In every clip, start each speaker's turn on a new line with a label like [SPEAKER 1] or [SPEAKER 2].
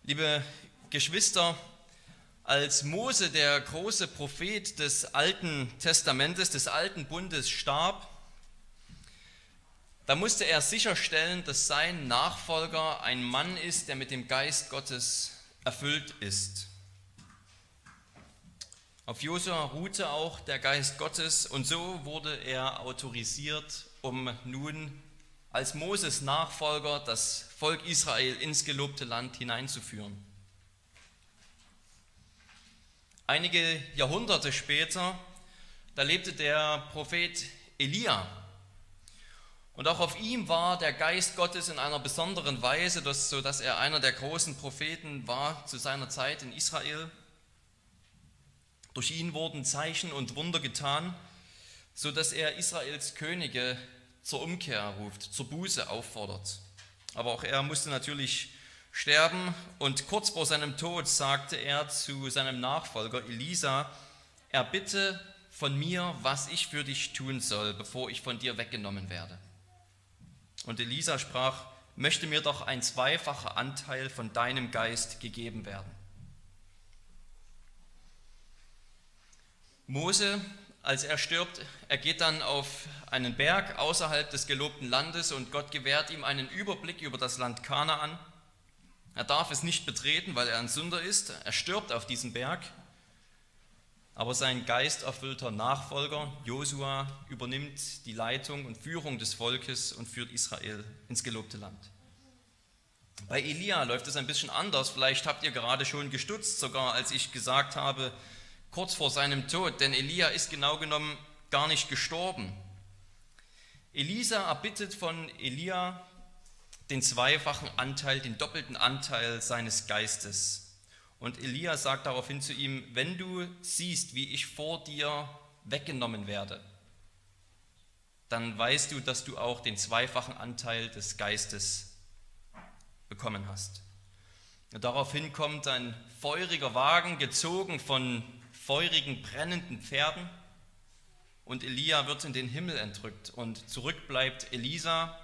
[SPEAKER 1] Liebe Geschwister, als Mose, der große Prophet des Alten Testamentes, des Alten Bundes, starb, da musste er sicherstellen, dass sein Nachfolger ein Mann ist, der mit dem Geist Gottes erfüllt ist. Auf Josua ruhte auch der Geist Gottes und so wurde er autorisiert, um nun als Moses Nachfolger das Volk Israel ins gelobte Land hineinzuführen. Einige Jahrhunderte später, da lebte der Prophet Elia. Und auch auf ihm war der Geist Gottes in einer besonderen Weise, sodass er einer der großen Propheten war zu seiner Zeit in Israel. Durch ihn wurden Zeichen und Wunder getan, sodass er Israels Könige zur Umkehr ruft, zur Buße auffordert. Aber auch er musste natürlich sterben und kurz vor seinem Tod sagte er zu seinem Nachfolger Elisa: Erbitte von mir, was ich für dich tun soll, bevor ich von dir weggenommen werde. Und Elisa sprach: Möchte mir doch ein zweifacher Anteil von deinem Geist gegeben werden. Mose, als er stirbt, er geht dann auf einen Berg außerhalb des gelobten Landes und Gott gewährt ihm einen Überblick über das Land Kanaan. Er darf es nicht betreten, weil er ein Sünder ist. Er stirbt auf diesem Berg. Aber sein geisterfüllter Nachfolger Josua übernimmt die Leitung und Führung des Volkes und führt Israel ins gelobte Land. Bei Elia läuft es ein bisschen anders. Vielleicht habt ihr gerade schon gestutzt, sogar als ich gesagt habe, kurz vor seinem Tod, denn Elia ist genau genommen gar nicht gestorben. Elisa erbittet von Elia den zweifachen Anteil, den doppelten Anteil seines Geistes. Und Elia sagt daraufhin zu ihm: Wenn du siehst, wie ich vor dir weggenommen werde, dann weißt du, dass du auch den zweifachen Anteil des Geistes bekommen hast. Und daraufhin kommt ein feuriger Wagen, gezogen von feurigen, brennenden Pferden, und Elia wird in den Himmel entrückt und zurück bleibt Elisa,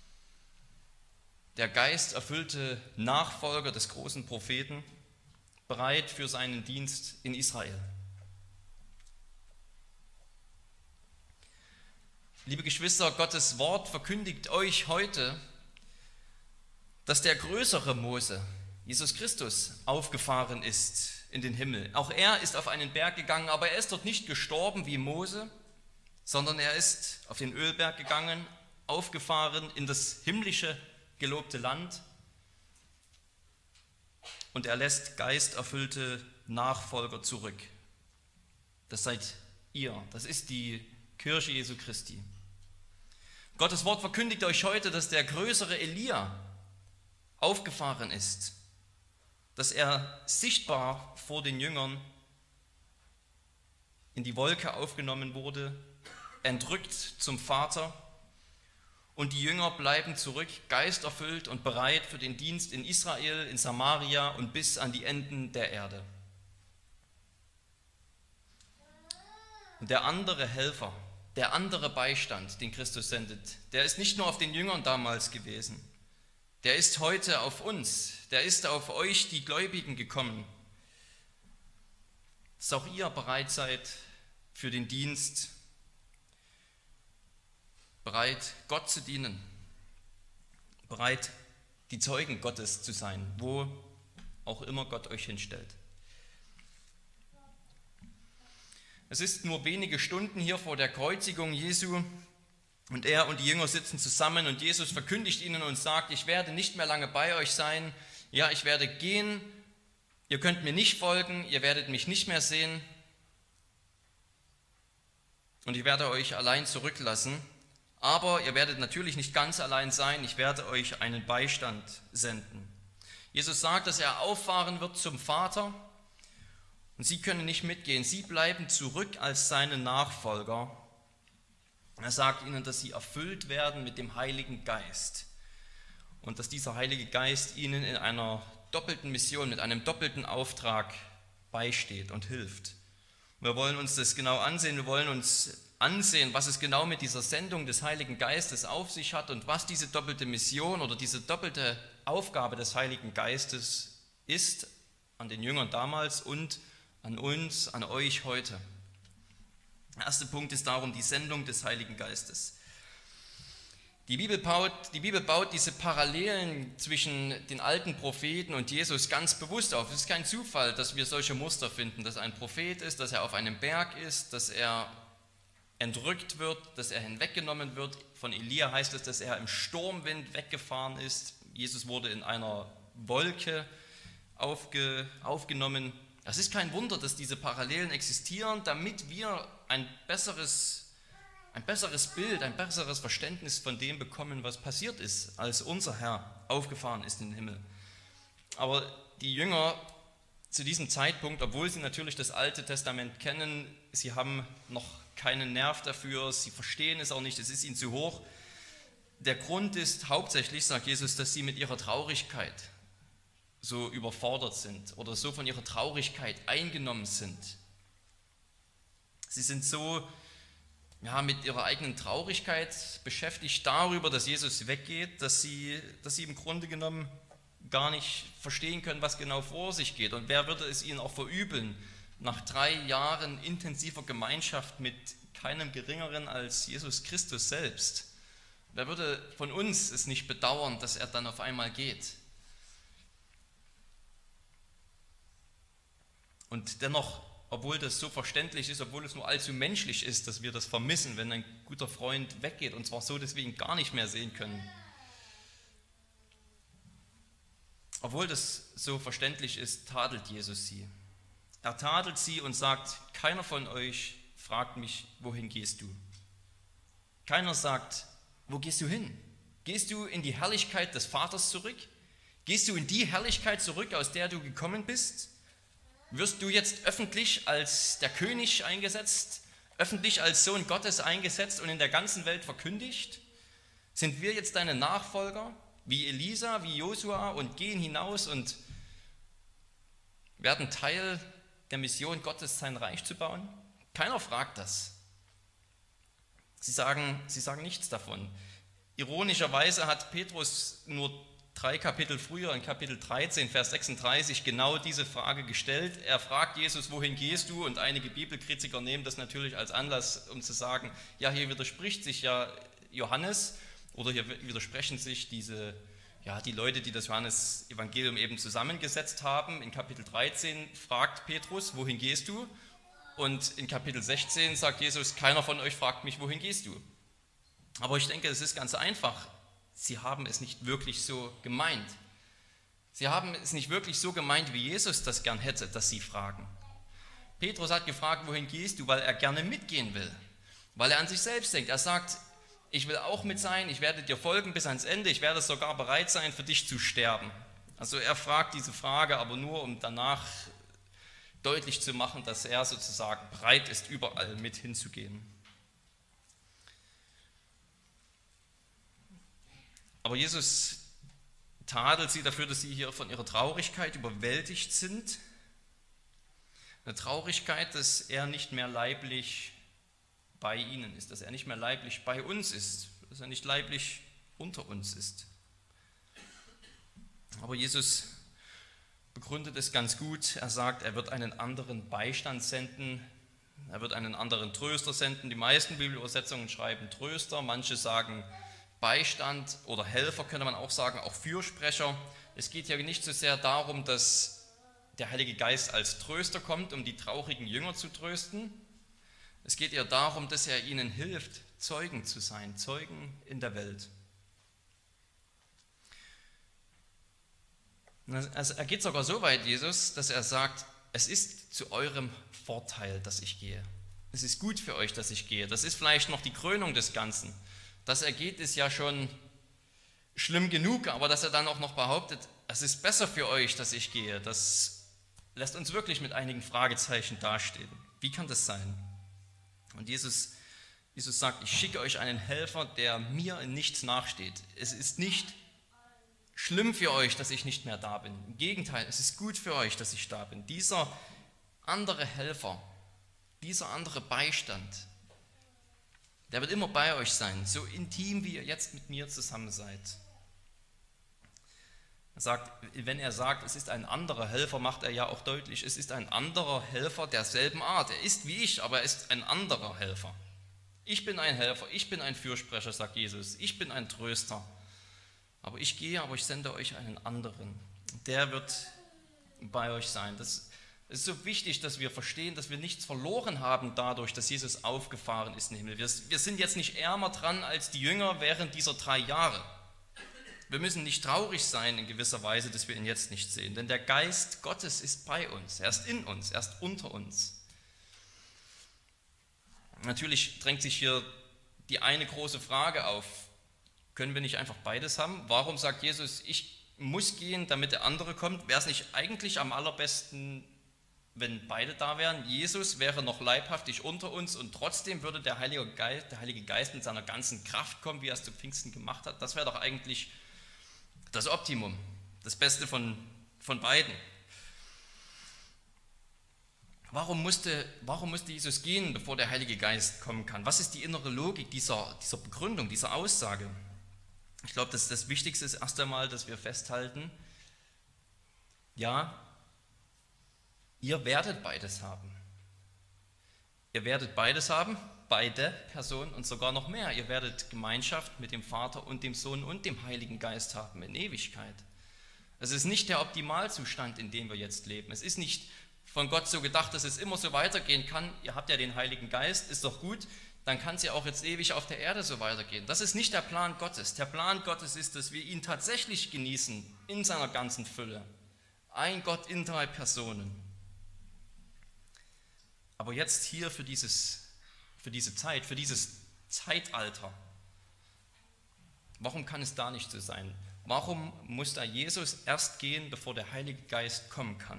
[SPEAKER 1] der geisterfüllte Nachfolger des großen Propheten, bereit für seinen Dienst in Israel. Liebe Geschwister, Gottes Wort verkündigt euch heute, dass der größere Mose, Jesus Christus, aufgefahren ist in den Himmel. Auch er ist auf einen Berg gegangen, aber er ist dort nicht gestorben wie Mose, sondern er ist auf den Ölberg gegangen, aufgefahren in das himmlische gelobte Land, und er lässt geisterfüllte Nachfolger zurück. Das seid ihr, das ist die Kirche Jesu Christi. Gottes Wort verkündigt euch heute, dass der größere Elia aufgefahren ist, dass er sichtbar vor den Jüngern in die Wolke aufgenommen wurde, entrückt zum Vater, und die Jünger bleiben zurück, geisterfüllt und bereit für den Dienst in Israel, in Samaria und bis an die Enden der Erde. Und der andere Helfer, der andere Beistand, den Christus sendet, der ist nicht nur auf den Jüngern damals gewesen, der ist heute auf uns, der ist auf euch, die Gläubigen, gekommen. Dass auch ihr bereit seid für den Dienst, bereit, Gott zu dienen, bereit, die Zeugen Gottes zu sein, wo auch immer Gott euch hinstellt. Es ist nur wenige Stunden hier vor der Kreuzigung Jesu und er und die Jünger sitzen zusammen und Jesus verkündigt ihnen und sagt: Ich werde nicht mehr lange bei euch sein, ja, ich werde gehen, ihr könnt mir nicht folgen, ihr werdet mich nicht mehr sehen und ich werde euch allein zurücklassen. Aber ihr werdet natürlich nicht ganz allein sein, ich werde euch einen Beistand senden. Jesus sagt, dass er auffahren wird zum Vater und sie können nicht mitgehen. Sie bleiben zurück als seine Nachfolger. Er sagt ihnen, dass sie erfüllt werden mit dem Heiligen Geist und dass dieser Heilige Geist ihnen in einer doppelten Mission, mit einem doppelten Auftrag beisteht und hilft. Wir wollen uns das genau ansehen, wir wollen uns ansehen, was es genau mit dieser Sendung des Heiligen Geistes auf sich hat und was diese doppelte Mission oder diese doppelte Aufgabe des Heiligen Geistes ist an den Jüngern damals und an uns, an euch heute. Der erste Punkt ist darum die Sendung des Heiligen Geistes. Die Bibel baut diese Parallelen zwischen den alten Propheten und Jesus ganz bewusst auf. Es ist kein Zufall, dass wir solche Muster finden, dass er ein Prophet ist, dass er auf einem Berg ist, dass er entrückt wird, dass er hinweggenommen wird. Von Elia heißt es, dass er im Sturmwind weggefahren ist. Jesus wurde in einer Wolke aufgenommen. Es ist kein Wunder, dass diese Parallelen existieren, damit wir ein besseres Bild, ein besseres Verständnis von dem bekommen, was passiert ist, als unser Herr aufgefahren ist in den Himmel. Aber die Jünger zu diesem Zeitpunkt, obwohl sie natürlich das Alte Testament kennen, sie haben noch keinen Nerv dafür, sie verstehen es auch nicht, es ist ihnen zu hoch. Der Grund ist hauptsächlich, sagt Jesus, dass sie mit ihrer Traurigkeit so überfordert sind oder so von ihrer Traurigkeit eingenommen sind. Sie sind so mit ihrer eigenen Traurigkeit beschäftigt darüber, dass Jesus weggeht, dass sie im Grunde genommen gar nicht verstehen können, was genau vor sich geht. Und wer würde es ihnen auch verübeln, nach 3 Jahren intensiver Gemeinschaft mit keinem Geringeren als Jesus Christus selbst? Wer würde von uns es nicht bedauern, dass er dann auf einmal geht? Und dennoch, obwohl das so verständlich ist, obwohl es nur allzu menschlich ist, dass wir das vermissen, wenn ein guter Freund weggeht und zwar so, dass wir ihn gar nicht mehr sehen können. Obwohl das so verständlich ist, tadelt Jesus sie. Er tadelt sie und sagt, keiner von euch fragt mich, wohin gehst du? Keiner sagt, wo gehst du hin? Gehst du in die Herrlichkeit des Vaters zurück? Gehst du in die Herrlichkeit zurück, aus der du gekommen bist? Wirst du jetzt öffentlich als der König eingesetzt, öffentlich als Sohn Gottes eingesetzt und in der ganzen Welt verkündigt? Sind wir jetzt deine Nachfolger, wie Elisa, wie Josua, und gehen hinaus und werden Teil der Mission Gottes, sein Reich zu bauen? Keiner fragt das. Sie sagen nichts davon. Ironischerweise hat Petrus nur 3 Kapitel früher, in Kapitel 13, Vers 36, genau diese Frage gestellt. Er fragt Jesus, wohin gehst du? Und einige Bibelkritiker nehmen das natürlich als Anlass, um zu sagen, ja, hier widerspricht sich ja Johannes, oder hier widersprechen sich die Leute, die das Johannes-Evangelium eben zusammengesetzt haben. In Kapitel 13 fragt Petrus, wohin gehst du? Und in Kapitel 16 sagt Jesus, keiner von euch fragt mich, wohin gehst du? Aber ich denke, es ist ganz einfach. Sie haben es nicht wirklich so gemeint. Sie haben es nicht wirklich so gemeint, wie Jesus das gern hätte, dass sie fragen. Petrus hat gefragt, wohin gehst du, weil er gerne mitgehen will, weil er an sich selbst denkt. Er sagt, ich will auch mit sein, ich werde dir folgen bis ans Ende, ich werde sogar bereit sein, für dich zu sterben. Also er fragt diese Frage, aber nur, um danach deutlich zu machen, dass er sozusagen bereit ist, überall mit hinzugehen. Aber Jesus tadelt sie dafür, dass sie hier von ihrer Traurigkeit überwältigt sind. Eine Traurigkeit, dass er nicht mehr leiblich bei ihnen ist, dass er nicht mehr leiblich bei uns ist, dass er nicht leiblich unter uns ist. Aber Jesus begründet es ganz gut. Er sagt, er wird einen anderen Beistand senden, er wird einen anderen Tröster senden. Die meisten Bibelübersetzungen schreiben Tröster, manche sagen Beistand oder Helfer, könnte man auch sagen, auch Fürsprecher. Es geht ja nicht so sehr darum, dass der Heilige Geist als Tröster kommt, um die traurigen Jünger zu trösten. Es geht eher darum, dass er ihnen hilft, Zeugen zu sein, Zeugen in der Welt. Also er geht sogar so weit, Jesus, dass er sagt, es ist zu eurem Vorteil, dass ich gehe. Es ist gut für euch, dass ich gehe. Das ist vielleicht noch die Krönung des Ganzen. Dass er geht, ist ja schon schlimm genug, aber dass er dann auch noch behauptet, es ist besser für euch, dass ich gehe, das lässt uns wirklich mit einigen Fragezeichen dastehen. Wie kann das sein? Und Jesus sagt, ich schicke euch einen Helfer, der mir in nichts nachsteht. Es ist nicht schlimm für euch, dass ich nicht mehr da bin. Im Gegenteil, es ist gut für euch, dass ich da bin. Dieser andere Helfer, dieser andere Beistand, der wird immer bei euch sein, so intim, wie ihr jetzt mit mir zusammen seid. Wenn er sagt, es ist ein anderer Helfer, macht er ja auch deutlich, es ist ein anderer Helfer derselben Art. Er ist wie ich, aber er ist ein anderer Helfer. Ich bin ein Helfer, ich bin ein Fürsprecher, sagt Jesus. Ich bin ein Tröster. Aber ich gehe, aber ich sende euch einen anderen. Der wird bei euch sein. Das ist so wichtig, dass wir verstehen, dass wir nichts verloren haben dadurch, dass Jesus aufgefahren ist in den Himmel. Wir sind jetzt nicht ärmer dran als die Jünger während dieser 3 Jahre. Wir müssen nicht traurig sein in gewisser Weise, dass wir ihn jetzt nicht sehen, denn der Geist Gottes ist bei uns, er ist in uns, er ist unter uns. Natürlich drängt sich hier die eine große Frage auf, können wir nicht einfach beides haben? Warum sagt Jesus, ich muss gehen, damit der andere kommt? Wäre es nicht eigentlich am allerbesten, wenn beide da wären? Jesus wäre noch leibhaftig unter uns und trotzdem würde der Heilige Geist mit seiner ganzen Kraft kommen, wie er es zu Pfingsten gemacht hat. Das wäre doch eigentlich das Optimum, das Beste von beiden. Warum musste Jesus gehen, bevor der Heilige Geist kommen kann? Was ist die innere Logik dieser Begründung, dieser Aussage? Ich glaube, das Wichtigste ist erst einmal, dass wir festhalten, ja, ihr werdet beides haben. Ihr werdet beides haben, beide Personen und sogar noch mehr. Ihr werdet Gemeinschaft mit dem Vater und dem Sohn und dem Heiligen Geist haben in Ewigkeit. Es ist nicht der Optimalzustand, in dem wir jetzt leben. Es ist nicht von Gott so gedacht, dass es immer so weitergehen kann. Ihr habt ja den Heiligen Geist, ist doch gut, dann kann es ja auch jetzt ewig auf der Erde so weitergehen. Das ist nicht der Plan Gottes. Der Plan Gottes ist, dass wir ihn tatsächlich genießen in seiner ganzen Fülle. Ein Gott in 3 Personen. Aber jetzt hier für diese Zeit, für dieses Zeitalter, warum kann es da nicht so sein? Warum muss da Jesus erst gehen, bevor der Heilige Geist kommen kann?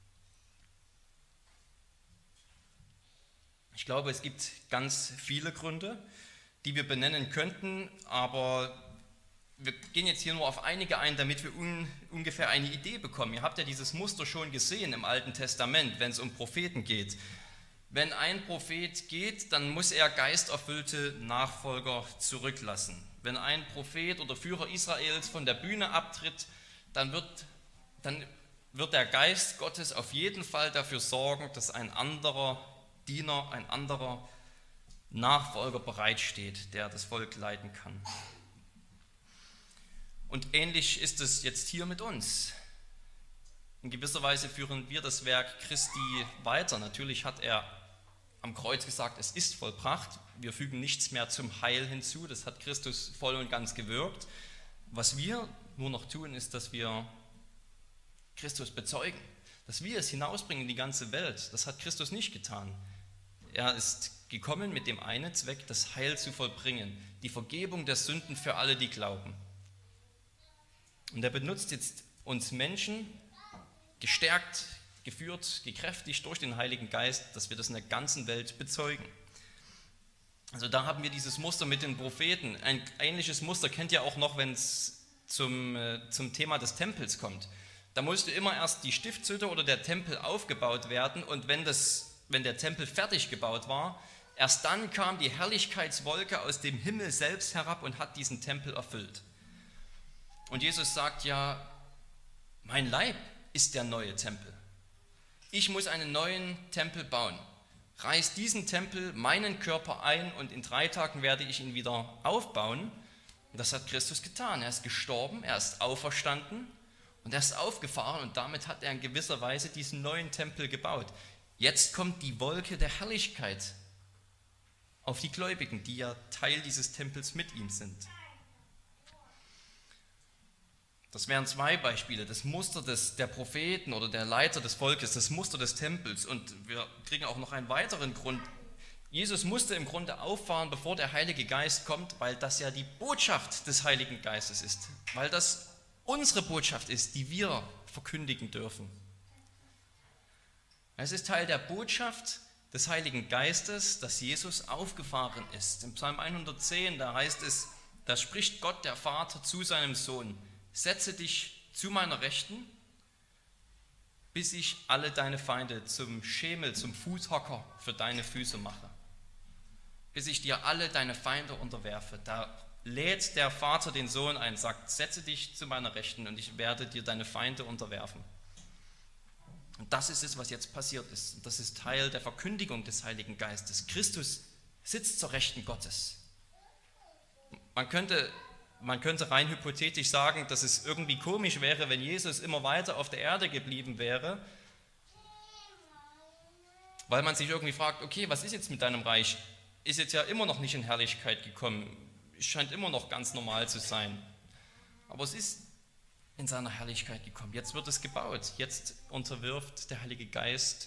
[SPEAKER 1] Ich glaube, es gibt ganz viele Gründe, die wir benennen könnten, aber wir gehen jetzt hier nur auf einige ein, damit wir ungefähr eine Idee bekommen. Ihr habt ja dieses Muster schon gesehen im Alten Testament, wenn es um Propheten geht. Wenn ein Prophet geht, dann muss er geisterfüllte Nachfolger zurücklassen. Wenn ein Prophet oder Führer Israels von der Bühne abtritt, dann wird der Geist Gottes auf jeden Fall dafür sorgen, dass ein anderer Diener, ein anderer Nachfolger bereitsteht, der das Volk leiten kann. Und ähnlich ist es jetzt hier mit uns. In gewisser Weise führen wir das Werk Christi weiter. Natürlich hat er am Kreuz gesagt, es ist vollbracht. Wir fügen nichts mehr zum Heil hinzu. Das hat Christus voll und ganz gewirkt. Was wir nur noch tun, ist, dass wir Christus bezeugen. Dass wir es hinausbringen in die ganze Welt. Das hat Christus nicht getan. Er ist gekommen mit dem einen Zweck, das Heil zu vollbringen. Die Vergebung der Sünden für alle, die glauben. Und er benutzt jetzt uns Menschen, gestärkt, geführt, gekräftigt durch den Heiligen Geist, dass wir das in der ganzen Welt bezeugen. Also da haben wir dieses Muster mit den Propheten. Ein ähnliches Muster kennt ihr auch noch, wenn es zum Thema des Tempels kommt. Da musste immer erst die Stiftshütte oder der Tempel aufgebaut werden und wenn der Tempel fertig gebaut war, erst dann kam die Herrlichkeitswolke aus dem Himmel selbst herab und hat diesen Tempel erfüllt. Und Jesus sagt ja, mein Leib ist der neue Tempel. Ich muss einen neuen Tempel bauen. Reiß diesen Tempel, meinen Körper ein und in 3 Tagen werde ich ihn wieder aufbauen. Und das hat Christus getan. Er ist gestorben, er ist auferstanden und er ist aufgefahren und damit hat er in gewisser Weise diesen neuen Tempel gebaut. Jetzt kommt die Wolke der Herrlichkeit auf die Gläubigen, die ja Teil dieses Tempels mit ihm sind. Das wären 2 Beispiele, das Muster der Propheten oder der Leiter des Volkes, das Muster des Tempels. Und wir kriegen auch noch einen weiteren Grund. Jesus musste im Grunde auffahren, bevor der Heilige Geist kommt, weil das ja die Botschaft des Heiligen Geistes ist. Weil das unsere Botschaft ist, die wir verkündigen dürfen. Es ist Teil der Botschaft des Heiligen Geistes, dass Jesus aufgefahren ist. Im Psalm 110, da heißt es, da spricht Gott, der Vater, zu seinem Sohn: Setze dich zu meiner Rechten, bis ich alle deine Feinde zum Schemel, zum Fußhocker für deine Füße mache. Bis ich dir alle deine Feinde unterwerfe. Da lädt der Vater den Sohn ein, sagt, setze dich zu meiner Rechten und ich werde dir deine Feinde unterwerfen. Und das ist es, was jetzt passiert ist. Und das ist Teil der Verkündigung des Heiligen Geistes. Christus sitzt zur Rechten Gottes. Man könnte rein hypothetisch sagen, dass es irgendwie komisch wäre, wenn Jesus immer weiter auf der Erde geblieben wäre, weil man sich irgendwie fragt, okay, was ist jetzt mit deinem Reich? Ist jetzt ja immer noch nicht in Herrlichkeit gekommen, es scheint immer noch ganz normal zu sein. Aber es ist in seiner Herrlichkeit gekommen. Jetzt wird es gebaut. Jetzt unterwirft der Heilige Geist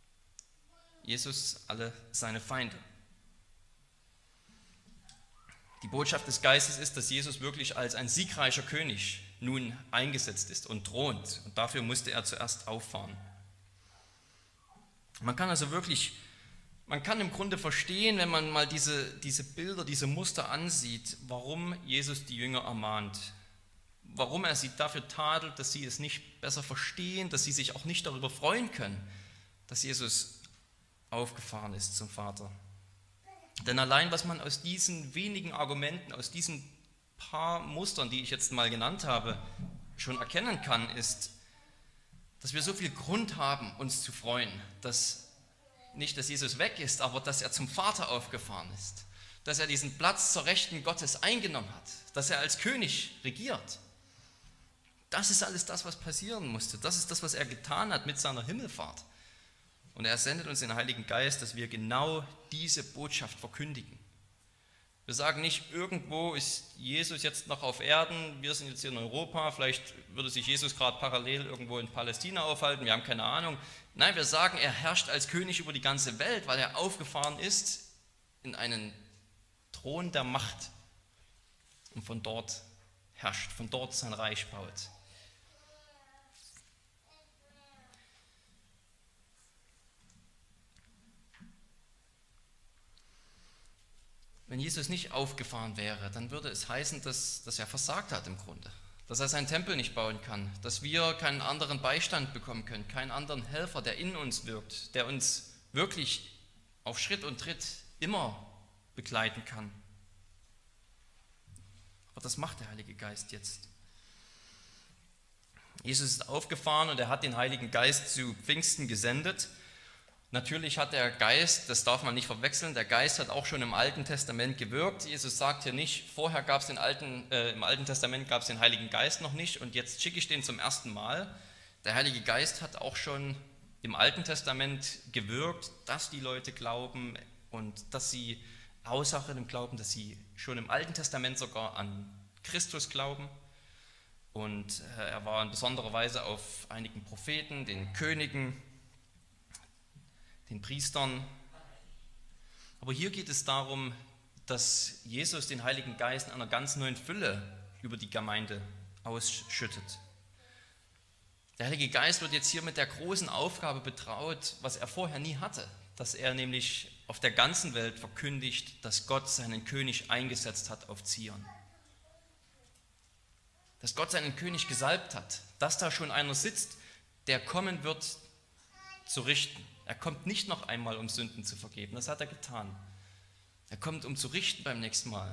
[SPEAKER 1] Jesus alle seine Feinde. Die Botschaft des Geistes ist, dass Jesus wirklich als ein siegreicher König nun eingesetzt ist und thront. Und dafür musste er zuerst auffahren. Man kann im Grunde verstehen, wenn man mal diese Bilder, diese Muster ansieht, warum Jesus die Jünger ermahnt. Warum er sie dafür tadelt, dass sie es nicht besser verstehen, dass sie sich auch nicht darüber freuen können, dass Jesus aufgefahren ist zum Vater. Denn allein, was man aus diesen wenigen Argumenten, aus diesen paar Mustern, die ich jetzt mal genannt habe, schon erkennen kann, ist, dass wir so viel Grund haben, uns zu freuen, dass Jesus weg ist, aber dass er zum Vater aufgefahren ist, dass er diesen Platz zur Rechten Gottes eingenommen hat, dass er als König regiert. Das ist alles das, was passieren musste. Das ist das, was er getan hat mit seiner Himmelfahrt. Und er sendet uns den Heiligen Geist, dass wir genau diese Botschaft verkündigen. Wir sagen nicht, irgendwo ist Jesus jetzt noch auf Erden, wir sind jetzt hier in Europa, vielleicht würde sich Jesus gerade parallel irgendwo in Palästina aufhalten, wir haben keine Ahnung. Nein, wir sagen, er herrscht als König über die ganze Welt, weil er aufgefahren ist in einen Thron der Macht und von dort herrscht, von dort sein Reich baut. Wenn Jesus nicht aufgefahren wäre, dann würde es heißen, dass er versagt hat im Grunde. Dass er seinen Tempel nicht bauen kann, dass wir keinen anderen Beistand bekommen können, keinen anderen Helfer, der in uns wirkt, der uns wirklich auf Schritt und Tritt immer begleiten kann. Aber das macht der Heilige Geist jetzt. Jesus ist aufgefahren und er hat den Heiligen Geist zu Pfingsten gesendet. Natürlich hat der Geist, das darf man nicht verwechseln, der Geist hat auch schon im Alten Testament gewirkt. Jesus sagt hier nicht, vorher gab es im Alten Testament gab es den Heiligen Geist noch nicht und jetzt schicke ich den zum ersten Mal. Der Heilige Geist hat auch schon im Alten Testament gewirkt, dass die Leute glauben und dass sie Aussache im Glauben, dass sie schon im Alten Testament sogar an Christus glauben. Und er war in besonderer Weise auf einigen Propheten, den Königen, den Priestern. Aber hier geht es darum, dass Jesus den Heiligen Geist in einer ganz neuen Fülle über die Gemeinde ausschüttet. Der Heilige Geist wird jetzt hier mit der großen Aufgabe betraut, was er vorher nie hatte, dass er nämlich auf der ganzen Welt verkündigt, dass Gott seinen König eingesetzt hat auf Zion. Dass Gott seinen König gesalbt hat, dass da schon einer sitzt, der kommen wird zu richten. Er kommt nicht noch einmal, um Sünden zu vergeben, das hat er getan. Er kommt, um zu richten beim nächsten Mal.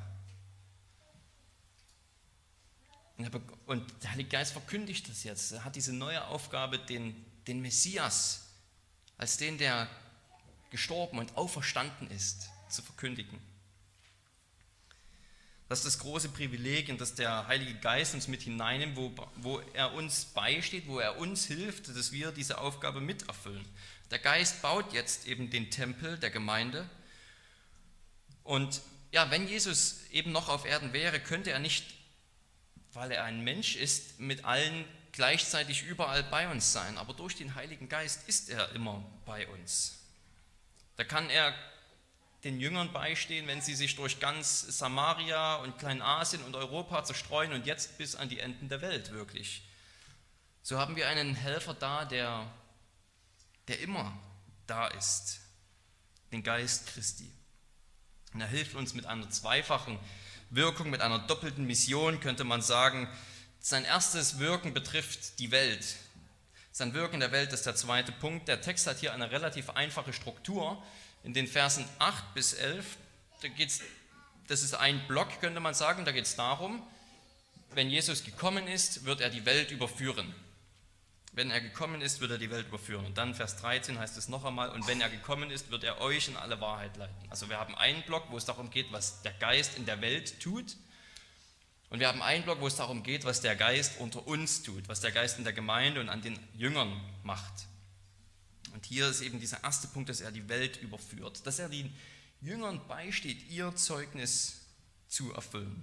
[SPEAKER 1] Und der Heilige Geist verkündigt das jetzt. Er hat diese neue Aufgabe, den Messias, als den, der gestorben und auferstanden ist, zu verkündigen. Das ist das große Privileg, in das der Heilige Geist uns mit hineinnimmt, wo er uns beisteht, wo er uns hilft, dass wir diese Aufgabe miterfüllen. Der Geist baut jetzt eben den Tempel der Gemeinde. Und ja, wenn Jesus eben noch auf Erden wäre, könnte er nicht, weil er ein Mensch ist, mit allen gleichzeitig überall bei uns sein. Aber durch den Heiligen Geist ist er immer bei uns. Da kann er den Jüngern beistehen, wenn sie sich durch ganz Samaria und Kleinasien und Europa zerstreuen und jetzt bis an die Enden der Welt wirklich. So haben wir einen Helfer da, der immer da ist, den Geist Christi. Und er hilft uns mit einer zweifachen Wirkung, mit einer doppelten Mission, könnte man sagen. Sein erstes Wirken betrifft die Welt. Sein Wirken in der Welt ist der zweite Punkt. Der Text hat hier eine relativ einfache Struktur. In den Versen 8 bis 11, da geht es Das ist ein Block, könnte man sagen. Da geht es darum, wenn Jesus gekommen ist, wird er die Welt überführen. Wenn er gekommen ist, wird er die Welt überführen. Und dann Vers 13 heißt es noch einmal, und wenn er gekommen ist, wird er euch in alle Wahrheit leiten. Also wir haben einen Block, wo es darum geht, was der Geist in der Welt tut. Und wir haben einen Block, wo es darum geht, was der Geist unter uns tut, was der Geist in der Gemeinde und an den Jüngern macht. Und hier ist eben dieser erste Punkt, dass er die Welt überführt, dass er den Jüngern beisteht, ihr Zeugnis zu erfüllen.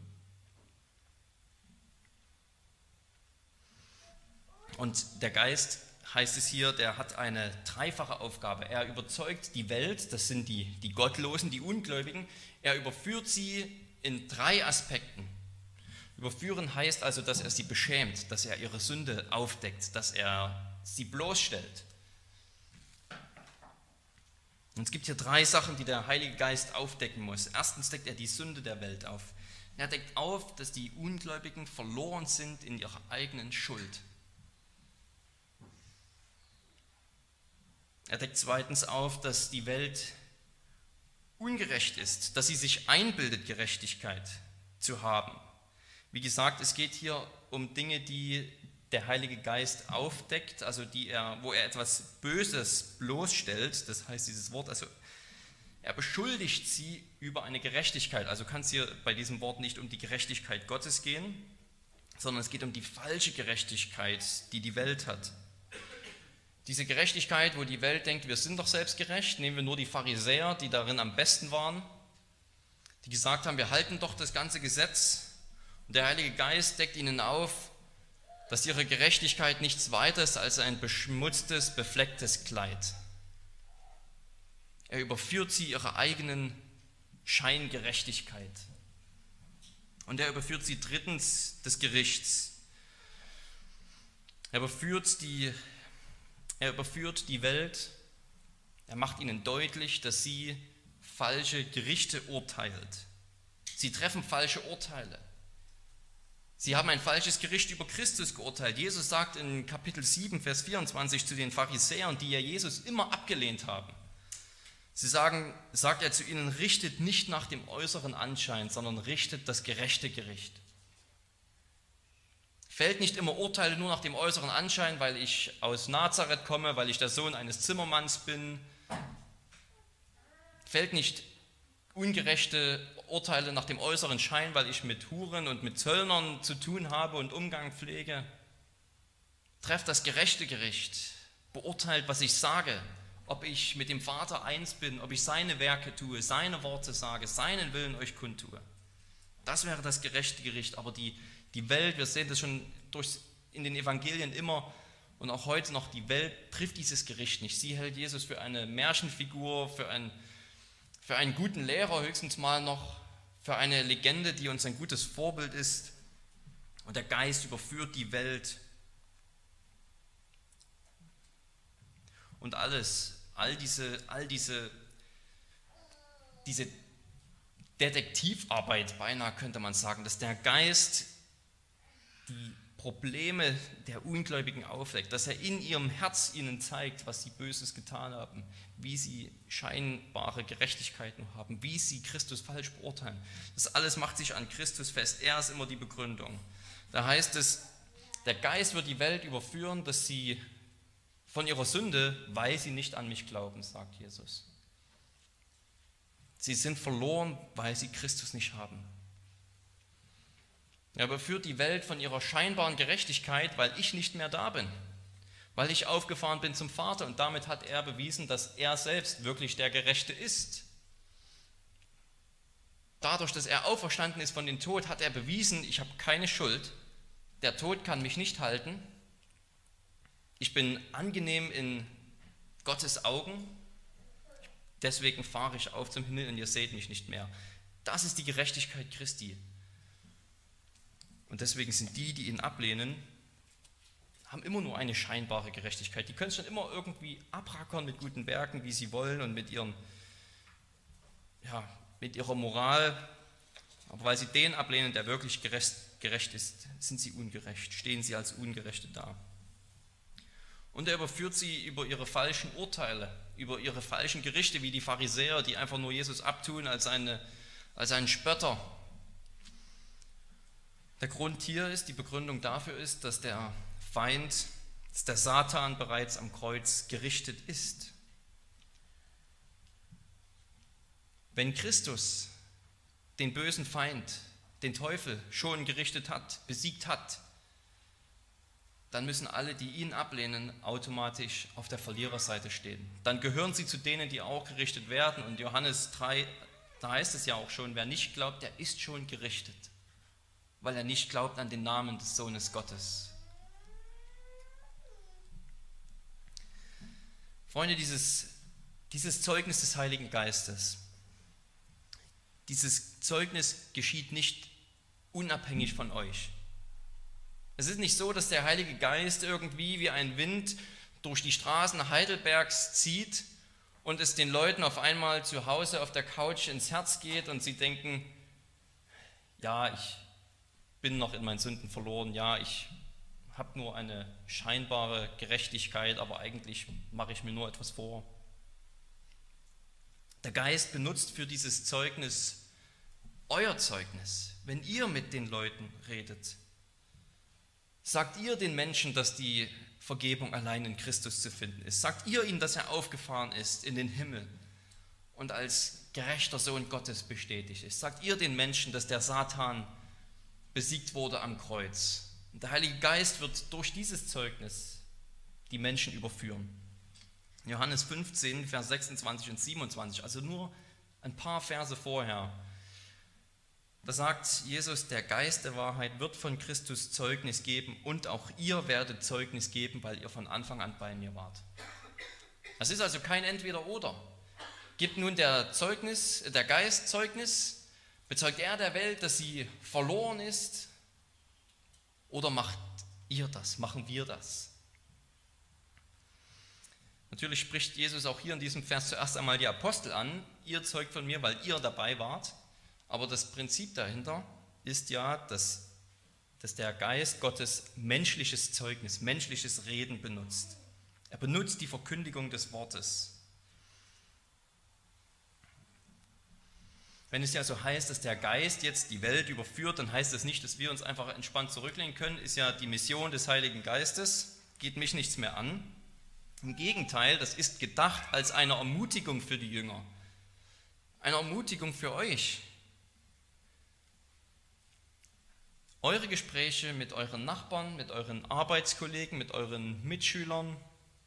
[SPEAKER 1] Und der Geist, heißt es hier, der hat eine dreifache Aufgabe. Er überzeugt die Welt, das sind die Gottlosen, die Ungläubigen. Er überführt sie in 3 Aspekten. Überführen heißt also, dass er sie beschämt, dass er ihre Sünde aufdeckt, dass er sie bloßstellt. Und es gibt hier 3 Sachen, die der Heilige Geist aufdecken muss. Erstens deckt er die Sünde der Welt auf. Er deckt auf, dass die Ungläubigen verloren sind in ihrer eigenen Schuld. Er deckt zweitens auf, dass die Welt ungerecht ist, dass sie sich einbildet, Gerechtigkeit zu haben. Wie gesagt, es geht hier um Dinge, die der Heilige Geist aufdeckt, also wo er etwas Böses bloßstellt, das heißt dieses Wort, also er beschuldigt sie über eine Gerechtigkeit, also kann es hier bei diesem Wort nicht um die Gerechtigkeit Gottes gehen, sondern es geht um die falsche Gerechtigkeit, die die Welt hat. Diese Gerechtigkeit, wo die Welt denkt, wir sind doch selbst gerecht, nehmen wir nur die Pharisäer, die darin am besten waren, die gesagt haben, wir halten doch das ganze Gesetz, und der Heilige Geist deckt ihnen auf, dass ihre Gerechtigkeit nichts weiter ist als ein beschmutztes, beflecktes Kleid. Er überführt sie ihrer eigenen Scheingerechtigkeit. Und er überführt sie drittens des Gerichts. Er überführt die Welt, er macht ihnen deutlich, dass sie falsche Gerichte urteilt. Sie treffen falsche Urteile. Sie haben ein falsches Gericht über Christus geurteilt. Jesus sagt in Kapitel 7, Vers 24 zu den Pharisäern, die ja Jesus immer abgelehnt haben. Sagt er zu ihnen, richtet nicht nach dem äußeren Anschein, sondern richtet das gerechte Gericht. Fällt nicht immer Urteile nur nach dem äußeren Anschein, weil ich aus Nazareth komme, weil ich der Sohn eines Zimmermanns bin. Fällt nicht ungerechte Urteile nach dem äußeren Schein, weil ich mit Huren und mit Zöllnern zu tun habe und Umgang pflege. Trefft das gerechte Gericht, beurteilt, was ich sage, ob ich mit dem Vater eins bin, ob ich seine Werke tue, seine Worte sage, seinen Willen euch kundtue. Das wäre das gerechte Gericht, aber die Welt, wir sehen das schon in den Evangelien immer und auch heute noch, die Welt trifft dieses Gericht nicht. Sie hält Jesus für eine Märchenfigur, für einen guten Lehrer höchstens mal noch, für eine Legende, die uns ein gutes Vorbild ist. Und der Geist überführt die Welt. Und all diese Detektivarbeit, beinahe könnte man sagen, dass der Geist die Probleme der Ungläubigen aufdeckt, dass er in ihrem Herz ihnen zeigt, was sie Böses getan haben, wie sie scheinbare Gerechtigkeiten haben, wie sie Christus falsch beurteilen. Das alles macht sich an Christus fest. Er ist immer die Begründung. Da heißt es, der Geist wird die Welt überführen, dass sie von ihrer Sünde, weil sie nicht an mich glauben, sagt Jesus. Sie sind verloren, weil sie Christus nicht haben. Er überführt die Welt von ihrer scheinbaren Gerechtigkeit, weil ich nicht mehr da bin, weil ich aufgefahren bin zum Vater und damit hat er bewiesen, dass er selbst wirklich der Gerechte ist. Dadurch, dass er auferstanden ist von den Tod, hat er bewiesen, ich habe keine Schuld, der Tod kann mich nicht halten, ich bin angenehm in Gottes Augen, deswegen fahre ich auf zum Himmel und ihr seht mich nicht mehr. Das ist die Gerechtigkeit Christi. Und deswegen sind die ihn ablehnen, haben immer nur eine scheinbare Gerechtigkeit. Die können es schon immer irgendwie abrackern mit guten Werken, wie sie wollen und mit ihrer Moral. Aber weil sie den ablehnen, der wirklich gerecht ist, sind sie ungerecht, stehen sie als Ungerechte da. Und er überführt sie über ihre falschen Urteile, über ihre falschen Gerichte, wie die Pharisäer, die einfach nur Jesus abtun als als einen Spötter. Der Grund hier ist, die Begründung dafür ist, dass der Feind, dass der Satan bereits am Kreuz gerichtet ist. Wenn Christus den bösen Feind, den Teufel, schon gerichtet hat, besiegt hat, dann müssen alle, die ihn ablehnen, automatisch auf der Verliererseite stehen. Dann gehören sie zu denen, die auch gerichtet werden. Und Johannes 3, da heißt es ja auch schon, wer nicht glaubt, der ist schon gerichtet, weil er nicht glaubt an den Namen des Sohnes Gottes. Freunde, dieses Zeugnis des Heiligen Geistes, dieses Zeugnis geschieht nicht unabhängig von euch. Es ist nicht so, dass der Heilige Geist irgendwie wie ein Wind durch die Straßen Heidelbergs zieht und es den Leuten auf einmal zu Hause auf der Couch ins Herz geht und sie denken, ja, ich bin noch in meinen Sünden verloren, ja, ich habe nur eine scheinbare Gerechtigkeit, aber eigentlich mache ich mir nur etwas vor. Der Geist benutzt für dieses Zeugnis euer Zeugnis. Wenn ihr mit den Leuten redet, sagt ihr den Menschen, dass die Vergebung allein in Christus zu finden ist. Sagt ihr ihnen, dass er aufgefahren ist in den Himmel und als gerechter Sohn Gottes bestätigt ist. Sagt ihr den Menschen, dass der Satan besiegt wurde am Kreuz. Und der Heilige Geist wird durch dieses Zeugnis die Menschen überführen. Johannes 15, Vers 26 und 27, also nur ein paar Verse vorher. Da sagt Jesus, der Geist der Wahrheit wird von Christus Zeugnis geben und auch ihr werdet Zeugnis geben, weil ihr von Anfang an bei mir wart. Das ist also kein Entweder-Oder. Gibt nun der Geist Zeugnis, bezeugt er der Welt, dass sie verloren ist, oder macht ihr das, machen wir das? Natürlich spricht Jesus auch hier in diesem Vers zuerst einmal die Apostel an. Ihr zeugt von mir, weil ihr dabei wart. Aber das Prinzip dahinter ist ja, dass der Geist Gottes menschliches Zeugnis, menschliches Reden benutzt. Er benutzt die Verkündigung des Wortes. Wenn es ja so heißt, dass der Geist jetzt die Welt überführt, dann heißt das nicht, dass wir uns einfach entspannt zurücklehnen können. Ist ja die Mission des Heiligen Geistes, geht mich nichts mehr an. Im Gegenteil, das ist gedacht als eine Ermutigung für die Jünger, eine Ermutigung für euch. Eure Gespräche mit euren Nachbarn, mit euren Arbeitskollegen, mit euren Mitschülern,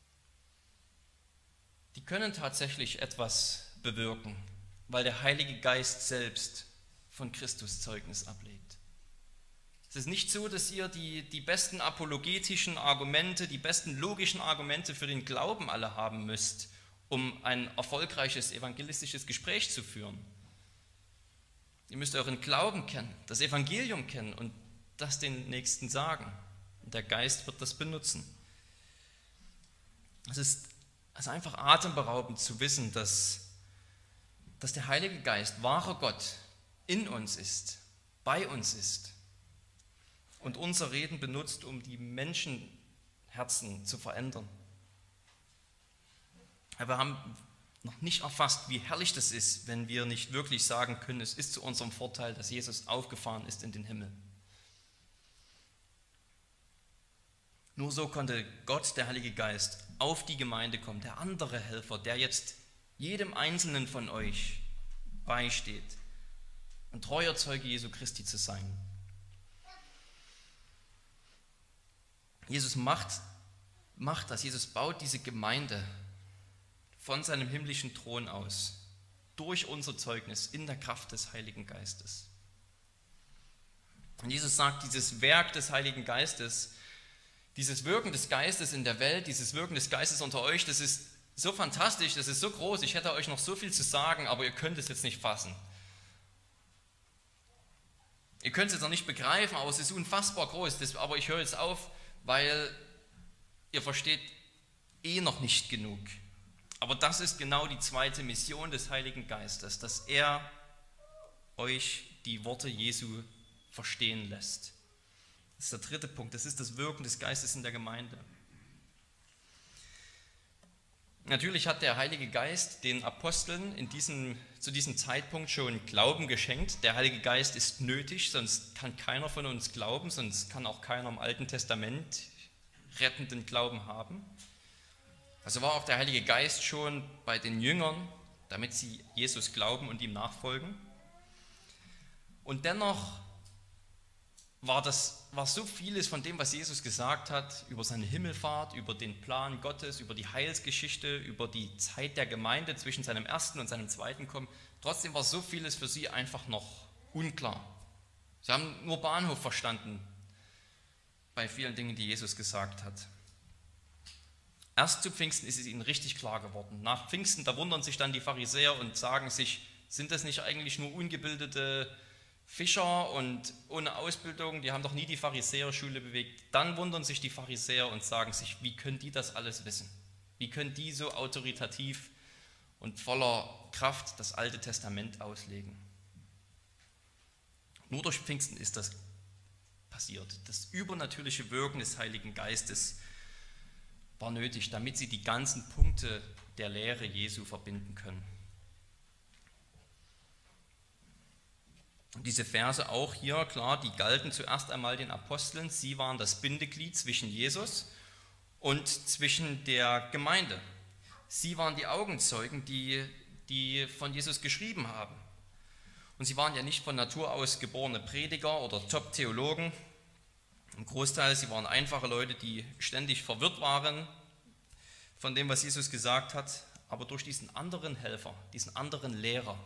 [SPEAKER 1] die können tatsächlich etwas bewirken, weil der Heilige Geist selbst von Christus Zeugnis ablegt. Es ist nicht so, dass ihr die besten apologetischen Argumente, die besten logischen Argumente für den Glauben alle haben müsst, um ein erfolgreiches evangelistisches Gespräch zu führen. Ihr müsst euren Glauben kennen, das Evangelium kennen und das den Nächsten sagen. Und der Geist wird das benutzen. Es ist also einfach atemberaubend zu wissen, dass der Heilige Geist, wahrer Gott, in uns ist, bei uns ist und unser Reden benutzt, um die Menschenherzen zu verändern. Aber wir haben noch nicht erfasst, wie herrlich das ist, wenn wir nicht wirklich sagen können, es ist zu unserem Vorteil, dass Jesus aufgefahren ist in den Himmel. Nur so konnte Gott, der Heilige Geist, auf die Gemeinde kommen, der andere Helfer, der jetzt jedem Einzelnen von euch beisteht, ein treuer Zeuge Jesu Christi zu sein. Jesus macht das, Jesus baut diese Gemeinde von seinem himmlischen Thron aus, durch unser Zeugnis in der Kraft des Heiligen Geistes. Und Jesus sagt, dieses Werk des Heiligen Geistes, dieses Wirken des Geistes in der Welt, dieses Wirken des Geistes unter euch, das ist so fantastisch, das ist so groß, ich hätte euch noch so viel zu sagen, aber ihr könnt es jetzt nicht fassen. Ihr könnt es jetzt noch nicht begreifen, aber es ist unfassbar groß. Aber ich höre jetzt auf, weil ihr versteht noch nicht genug. Aber das ist genau die zweite Mission des Heiligen Geistes, dass er euch die Worte Jesu verstehen lässt. Das ist der dritte Punkt, das ist das Wirken des Geistes in der Gemeinde. Natürlich hat der Heilige Geist den Aposteln zu diesem Zeitpunkt schon Glauben geschenkt. Der Heilige Geist ist nötig, sonst kann keiner von uns glauben, sonst kann auch keiner im Alten Testament rettenden Glauben haben. Also war auch der Heilige Geist schon bei den Jüngern, damit sie Jesus glauben und ihm nachfolgen. Und dennoch war so vieles von dem, was Jesus gesagt hat, über seine Himmelfahrt, über den Plan Gottes, über die Heilsgeschichte, über die Zeit der Gemeinde zwischen seinem ersten und seinem zweiten Kommen, trotzdem war so vieles für sie einfach noch unklar. Sie haben nur Bahnhof verstanden bei vielen Dingen, die Jesus gesagt hat. Erst zu Pfingsten ist es ihnen richtig klar geworden. Nach Pfingsten, da wundern sich dann die Pharisäer und sagen sich, sind das nicht eigentlich nur ungebildete Fischer und ohne Ausbildung, die haben doch nie die Pharisäerschule bewegt. Dann wundern sich die Pharisäer und sagen sich, wie können die das alles wissen? Wie können die so autoritativ und voller Kraft das Alte Testament auslegen? Nur durch Pfingsten ist das passiert. Das übernatürliche Wirken des Heiligen Geistes war nötig, damit sie die ganzen Punkte der Lehre Jesu verbinden können. Und diese Verse auch hier, klar, die galten zuerst einmal den Aposteln. Sie waren das Bindeglied zwischen Jesus und zwischen der Gemeinde. Sie waren die Augenzeugen, die von Jesus geschrieben haben. Und sie waren ja nicht von Natur aus geborene Prediger oder Top-Theologen. Im Großteil, sie waren einfache Leute, die ständig verwirrt waren von dem, was Jesus gesagt hat. Aber durch diesen anderen Helfer, diesen anderen Lehrer,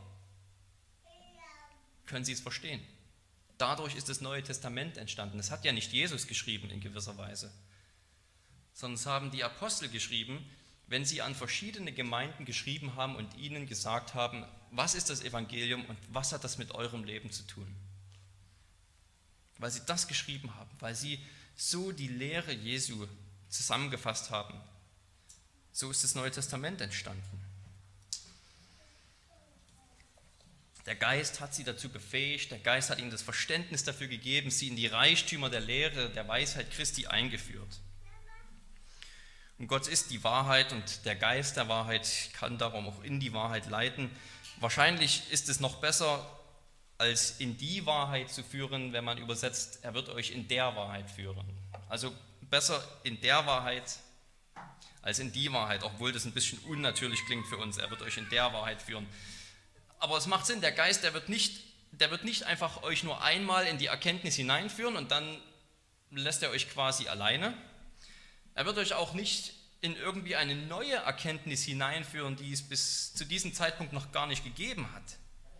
[SPEAKER 1] können sie es verstehen. Dadurch ist das Neue Testament entstanden. Es hat ja nicht Jesus geschrieben in gewisser Weise, sondern es haben die Apostel geschrieben, wenn sie an verschiedene Gemeinden geschrieben haben und ihnen gesagt haben, was ist das Evangelium und was hat das mit eurem Leben zu tun? Weil sie das geschrieben haben, weil sie so die Lehre Jesu zusammengefasst haben. So ist das Neue Testament entstanden. Der Geist hat sie dazu befähigt, der Geist hat ihnen das Verständnis dafür gegeben, sie in die Reichtümer der Lehre, der Weisheit Christi eingeführt. Und Gott ist die Wahrheit und der Geist der Wahrheit kann darum auch in die Wahrheit leiten. Wahrscheinlich ist es noch besser, als in die Wahrheit zu führen, wenn man übersetzt, er wird euch in der Wahrheit führen. Also besser in der Wahrheit als in die Wahrheit, obwohl das ein bisschen unnatürlich klingt für uns, er wird euch in der Wahrheit führen. Aber es macht Sinn, der Geist, der wird nicht einfach euch nur einmal in die Erkenntnis hineinführen und dann lässt er euch quasi alleine. Er wird euch auch nicht in irgendwie eine neue Erkenntnis hineinführen, die es bis zu diesem Zeitpunkt noch gar nicht gegeben hat,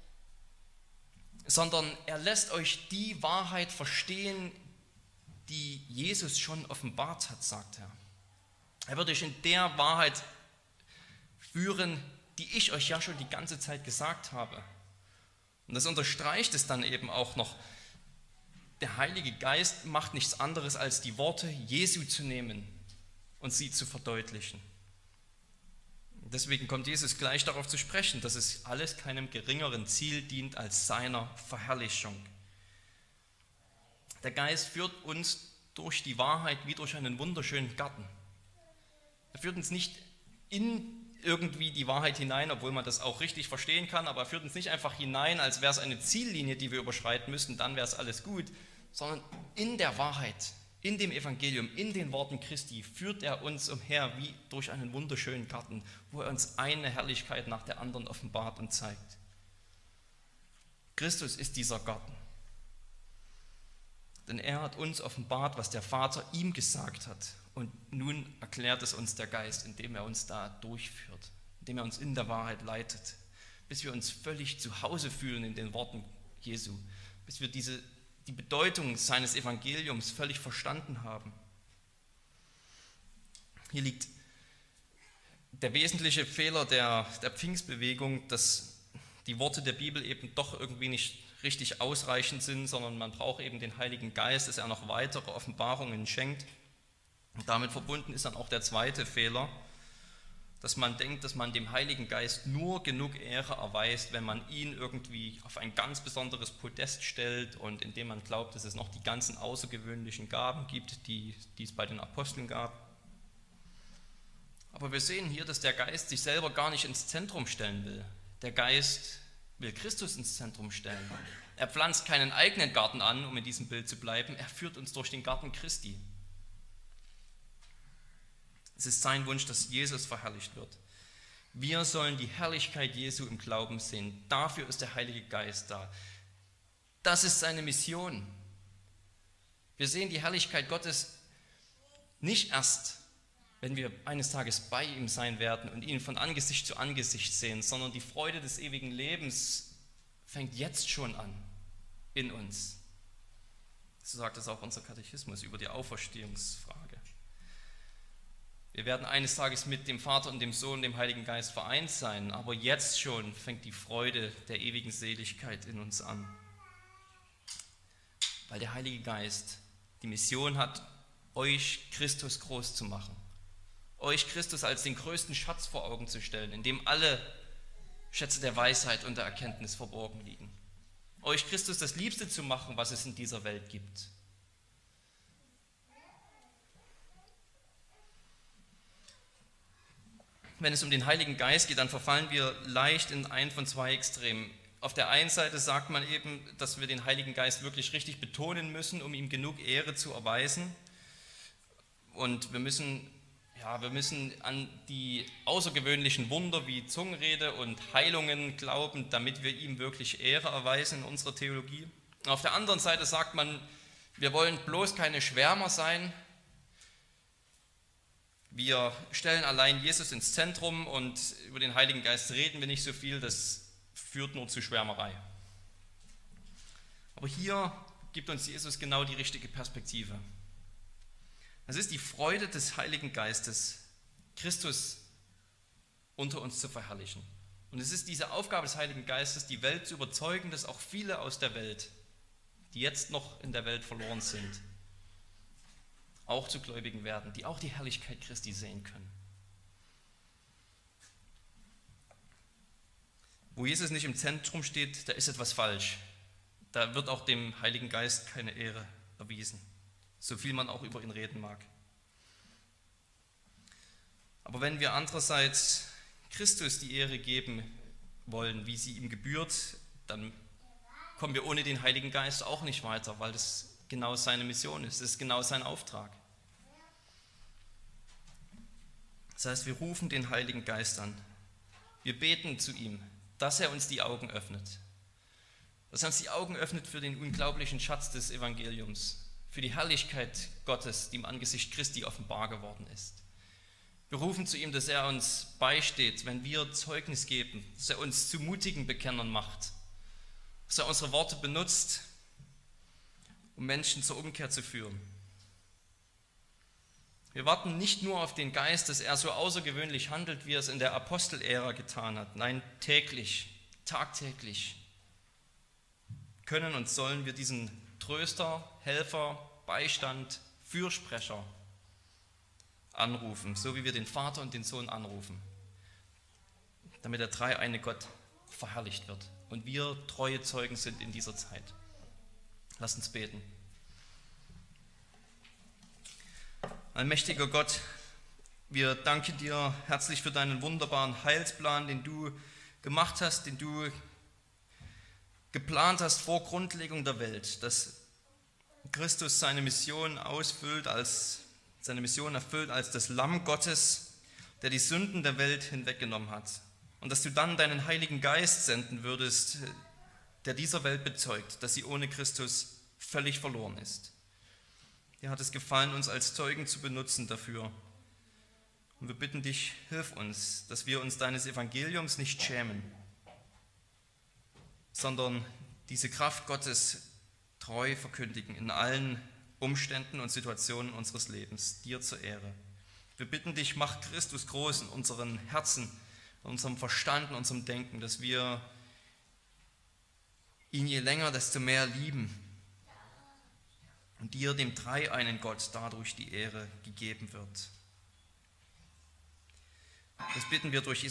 [SPEAKER 1] sondern er lässt euch die Wahrheit verstehen, die Jesus schon offenbart hat, sagt er. Er wird euch in der Wahrheit führen, die ich euch ja schon die ganze Zeit gesagt habe. Und das unterstreicht es dann eben auch noch. Der Heilige Geist macht nichts anderes, als die Worte Jesu zu nehmen und sie zu verdeutlichen. Deswegen kommt Jesus gleich darauf zu sprechen, dass es alles keinem geringeren Ziel dient als seiner Verherrlichung. Der Geist führt uns durch die Wahrheit wie durch einen wunderschönen Garten. Er führt uns nicht in irgendwie die Wahrheit hinein, obwohl man das auch richtig verstehen kann, aber er führt uns nicht einfach hinein, als wäre es eine Ziellinie, die wir überschreiten müssten, dann wäre es alles gut, sondern in der Wahrheit, in dem Evangelium, in den Worten Christi führt er uns umher wie durch einen wunderschönen Garten, wo er uns eine Herrlichkeit nach der anderen offenbart und zeigt. Christus ist dieser Garten, denn er hat uns offenbart, was der Vater ihm gesagt hat. Und nun erklärt es uns der Geist, indem er uns da durchführt, indem er uns in der Wahrheit leitet, bis wir uns völlig zu Hause fühlen in den Worten Jesu, bis wir die Bedeutung seines Evangeliums völlig verstanden haben. Hier liegt der wesentliche Fehler der Pfingstbewegung, dass die Worte der Bibel eben doch irgendwie nicht richtig ausreichend sind, sondern man braucht eben den Heiligen Geist, dass er noch weitere Offenbarungen schenkt. Und damit verbunden ist dann auch der zweite Fehler, dass man denkt, dass man dem Heiligen Geist nur genug Ehre erweist, wenn man ihn irgendwie auf ein ganz besonderes Podest stellt und indem man glaubt, dass es noch die ganzen außergewöhnlichen Gaben gibt, die es bei den Aposteln gab. Aber wir sehen hier, dass der Geist sich selber gar nicht ins Zentrum stellen will. Der Geist will Christus ins Zentrum stellen. Er pflanzt keinen eigenen Garten an, um in diesem Bild zu bleiben. Er führt uns durch den Garten Christi. Es ist sein Wunsch, dass Jesus verherrlicht wird. Wir sollen die Herrlichkeit Jesu im Glauben sehen. Dafür ist der Heilige Geist da. Das ist seine Mission. Wir sehen die Herrlichkeit Gottes nicht erst, wenn wir eines Tages bei ihm sein werden und ihn von Angesicht zu Angesicht sehen, sondern die Freude des ewigen Lebens fängt jetzt schon an in uns. So sagt es auch unser Katechismus über die Auferstehungsfrage. Wir werden eines Tages mit dem Vater und dem Sohn und dem Heiligen Geist vereint sein, aber jetzt schon fängt die Freude der ewigen Seligkeit in uns an. Weil der Heilige Geist die Mission hat, euch Christus groß zu machen. Euch Christus als den größten Schatz vor Augen zu stellen, in dem alle Schätze der Weisheit und der Erkenntnis verborgen liegen. Euch Christus das Liebste zu machen, was es in dieser Welt gibt. Wenn es um den Heiligen Geist geht, dann verfallen wir leicht in einen von zwei Extremen. Auf der einen Seite sagt man eben, dass wir den Heiligen Geist wirklich richtig betonen müssen, um ihm genug Ehre zu erweisen. Und wir müssen an die außergewöhnlichen Wunder wie Zungenrede und Heilungen glauben, damit wir ihm wirklich Ehre erweisen in unserer Theologie. Auf der anderen Seite sagt man, wir wollen bloß keine Schwärmer sein. Wir stellen allein Jesus ins Zentrum und über den Heiligen Geist reden wir nicht so viel, das führt nur zu Schwärmerei. Aber hier gibt uns Jesus genau die richtige Perspektive. Es ist die Freude des Heiligen Geistes, Christus unter uns zu verherrlichen. Und es ist diese Aufgabe des Heiligen Geistes, die Welt zu überzeugen, dass auch viele aus der Welt, die jetzt noch in der Welt verloren sind, auch zu Gläubigen werden, die auch die Herrlichkeit Christi sehen können. Wo Jesus nicht im Zentrum steht, da ist etwas falsch. Da wird auch dem Heiligen Geist keine Ehre erwiesen, so viel man auch über ihn reden mag. Aber wenn wir andererseits Christus die Ehre geben wollen, wie sie ihm gebührt, dann kommen wir ohne den Heiligen Geist auch nicht weiter, weil das genau seine Mission ist, das ist genau sein Auftrag. Das heißt, wir rufen den Heiligen Geist an. Wir beten zu ihm, dass er uns die Augen öffnet. Dass er uns die Augen öffnet für den unglaublichen Schatz des Evangeliums, für die Herrlichkeit Gottes, die im Angesicht Christi offenbar geworden ist. Wir rufen zu ihm, dass er uns beisteht, wenn wir Zeugnis geben, dass er uns zu mutigen Bekennern macht, dass er unsere Worte benutzt, um Menschen zur Umkehr zu führen. Wir warten nicht nur auf den Geist, dass er so außergewöhnlich handelt, wie er es in der Apostelära getan hat. Nein, täglich, tagtäglich können und sollen wir diesen Tröster, Helfer, Beistand, Fürsprecher anrufen, so wie wir den Vater und den Sohn anrufen, damit der dreieine Gott verherrlicht wird und wir treue Zeugen sind in dieser Zeit. Lasst uns beten. Allmächtiger Gott, wir danken dir herzlich für deinen wunderbaren Heilsplan, den du gemacht hast, den du geplant hast vor Grundlegung der Welt, dass Christus seine Mission erfüllt als das Lamm Gottes, der die Sünden der Welt hinweggenommen hat. Und dass du dann deinen Heiligen Geist senden würdest, der dieser Welt bezeugt, dass sie ohne Christus völlig verloren ist. Dir hat es gefallen, uns als Zeugen zu benutzen dafür. Und wir bitten dich, hilf uns, dass wir uns deines Evangeliums nicht schämen, sondern diese Kraft Gottes treu verkündigen in allen Umständen und Situationen unseres Lebens, dir zur Ehre. Wir bitten dich, mach Christus groß in unseren Herzen, in unserem Verstand, in unserem Denken, dass wir ihn je länger, desto mehr lieben und dir, dem dreieinen Gott, dadurch die Ehre gegeben wird. Das bitten wir durch